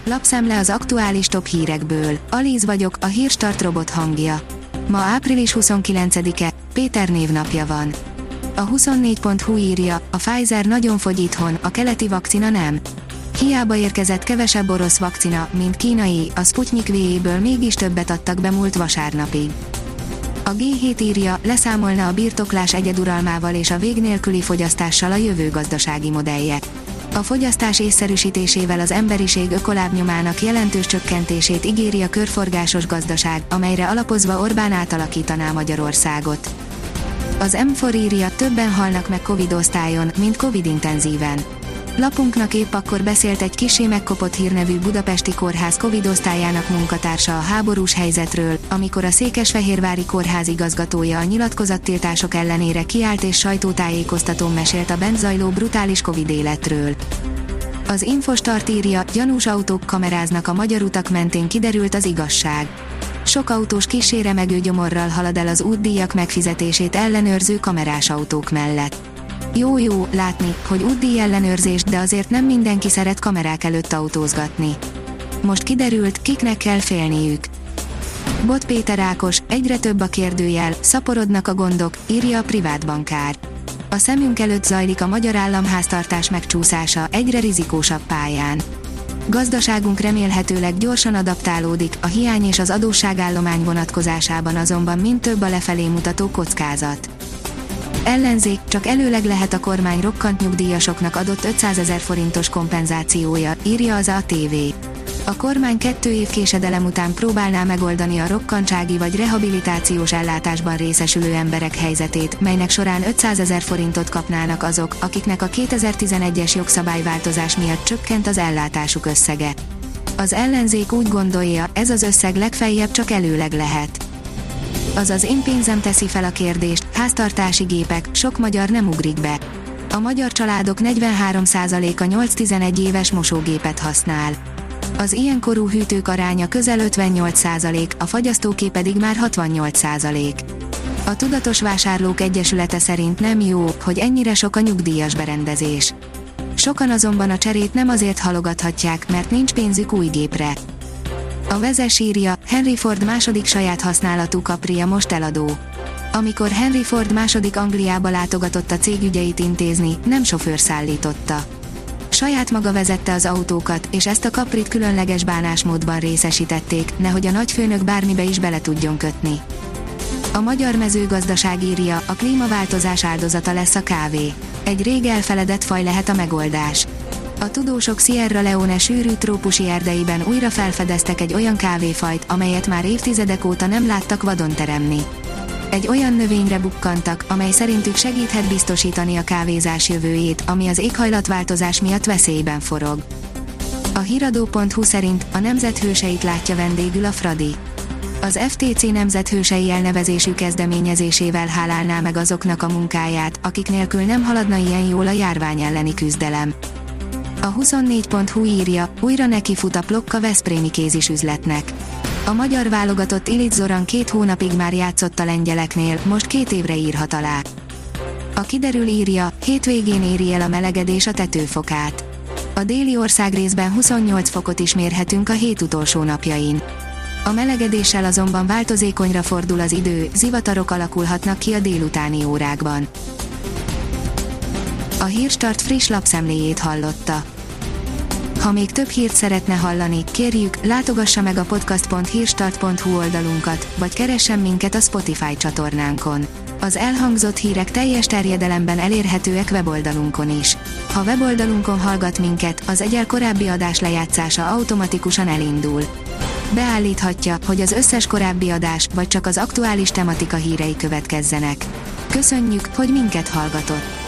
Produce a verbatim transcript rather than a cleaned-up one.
Lapszemle az aktuális top hírekből. Alíz vagyok, a Hírstart robot hangja. Ma április huszonkilencedike, Péter névnapja van. A huszonnégy pont hu írja, a Pfizer nagyon fogy itthon, a keleti vakcina nem. Hiába érkezett kevesebb orosz vakcina, mint kínai, a Sputnik vé-ből mégis többet adtak be múlt vasárnapig. A gé hét írja, leszámolna a birtoklás egyeduralmával és a vég nélküli fogyasztással a jövő gazdasági modellje. A fogyasztás észszerűsítésével az emberiség ökolábnyomának jelentős csökkentését ígéri a körforgásos gazdaság, amelyre alapozva Orbán átalakítaná Magyarországot. Az em négy írja, többen halnak meg Covid osztályon, mint Covid intenzíven. Lapunknak épp akkor beszélt egy kissé megkopott hírnevű budapesti kórház Covid osztályának munkatársa a háborús helyzetről, amikor a székesfehérvári kórház igazgatója a nyilatkozattiltások ellenére kiállt és sajtótájékoztatón mesélt a bent zajló brutális Covid életről. Az Infostart írja, gyanús autók kameráznak a magyar utak mentén, kiderült az igazság. Sok autós kissé remegő gyomorral halad el az útdíjak megfizetését ellenőrző kamerás autók mellett. Jó-jó látni, hogy útdíj ellenőrzés, de azért nem mindenki szeret kamerák előtt autózgatni. Most kiderült, kiknek kell félniük. Bot Péter Ákos, egyre több a kérdőjel, szaporodnak a gondok, írja a privát bankár. A szemünk előtt zajlik a magyar államháztartás megcsúszása, egyre rizikósabb pályán. Gazdaságunk remélhetőleg gyorsan adaptálódik, a hiány és az adósságállomány vonatkozásában azonban mind több a lefelé mutató kockázat. Ellenzék, csak előleg lehet a kormány rokkant nyugdíjasoknak adott ötszázezer forintos kompenzációja, írja az á té vé. A kormány kettő év késedelem után próbálná megoldani a rokkantsági vagy rehabilitációs ellátásban részesülő emberek helyzetét, melynek során ötszázezer forintot kapnának azok, akiknek a kétezer-tizenegyes jogszabályváltozás miatt csökkent az ellátásuk összege. Az ellenzék úgy gondolja, ez az összeg legfeljebb csak előleg lehet. Azaz én pénzem teszi fel a kérdést, háztartási gépek, sok magyar nem ugrik be. A magyar családok negyvenhárom százaléka nyolc-tizenegy éves mosógépet használ. Az ilyen korú hűtők aránya közel ötvennyolc százalék, a fagyasztóké pedig már hatvannyolc százalék. A Tudatos Vásárlók Egyesülete szerint nem jó, hogy ennyire sok a nyugdíjas berendezés. Sokan azonban a cserét nem azért halogathatják, mert nincs pénzük új gépre. A Vezes írja, Henry Ford második saját használatú Capria most eladó. Amikor Henry Ford második Angliába látogatott a cég ügyeit intézni, nem sofőr szállította. Saját maga vezette az autókat, és ezt a Caprit különleges bánásmódban részesítették, nehogy a nagyfőnök bármibe is bele tudjon kötni. A Magyar Mezőgazdaság írja, a klímaváltozás áldozata lesz a kávé. Egy rég elfeledett faj lehet a megoldás. A tudósok Sierra Leone sűrű trópusi erdeiben újra felfedeztek egy olyan kávéfajt, amelyet már évtizedek óta nem láttak vadon teremni. Egy olyan növényre bukkantak, amely szerintük segíthet biztosítani a kávézás jövőjét, ami az éghajlatváltozás miatt veszélyben forog. A hiradó pont hu szerint a nemzethőseit látja vendégül a Fradi. Az ef té cé nemzethősei elnevezésű kezdeményezésével hálálná meg azoknak a munkáját, akik nélkül nem haladna ilyen jól a járvány elleni küzdelem. A huszonnégy pont hu írja, újra nekifut a Plokka veszprémi kézisüzletnek. A magyar válogatott Ilic Zoran két hónapig már játszott a lengyeleknél, most két évre írhat alá. A Kiderül írja, hétvégén éri el a melegedés a tetőfokát. A déli országrészben huszonnyolc fokot is mérhetünk a hét utolsó napjain. A melegedéssel azonban változékonyra fordul az idő, zivatarok alakulhatnak ki a délutáni órákban. A Hírstart friss lapszemléjét hallotta. Ha még több hírt szeretne hallani, kérjük, látogassa meg a podcast pont hírstart pont hu oldalunkat, vagy keressen minket a Spotify csatornánkon. Az elhangzott hírek teljes terjedelemben elérhetőek weboldalunkon is. Ha weboldalunkon hallgat minket, az egyel korábbi adás lejátszása automatikusan elindul. Beállíthatja, hogy az összes korábbi adás, vagy csak az aktuális tematika hírei következzenek. Köszönjük, hogy minket hallgatott!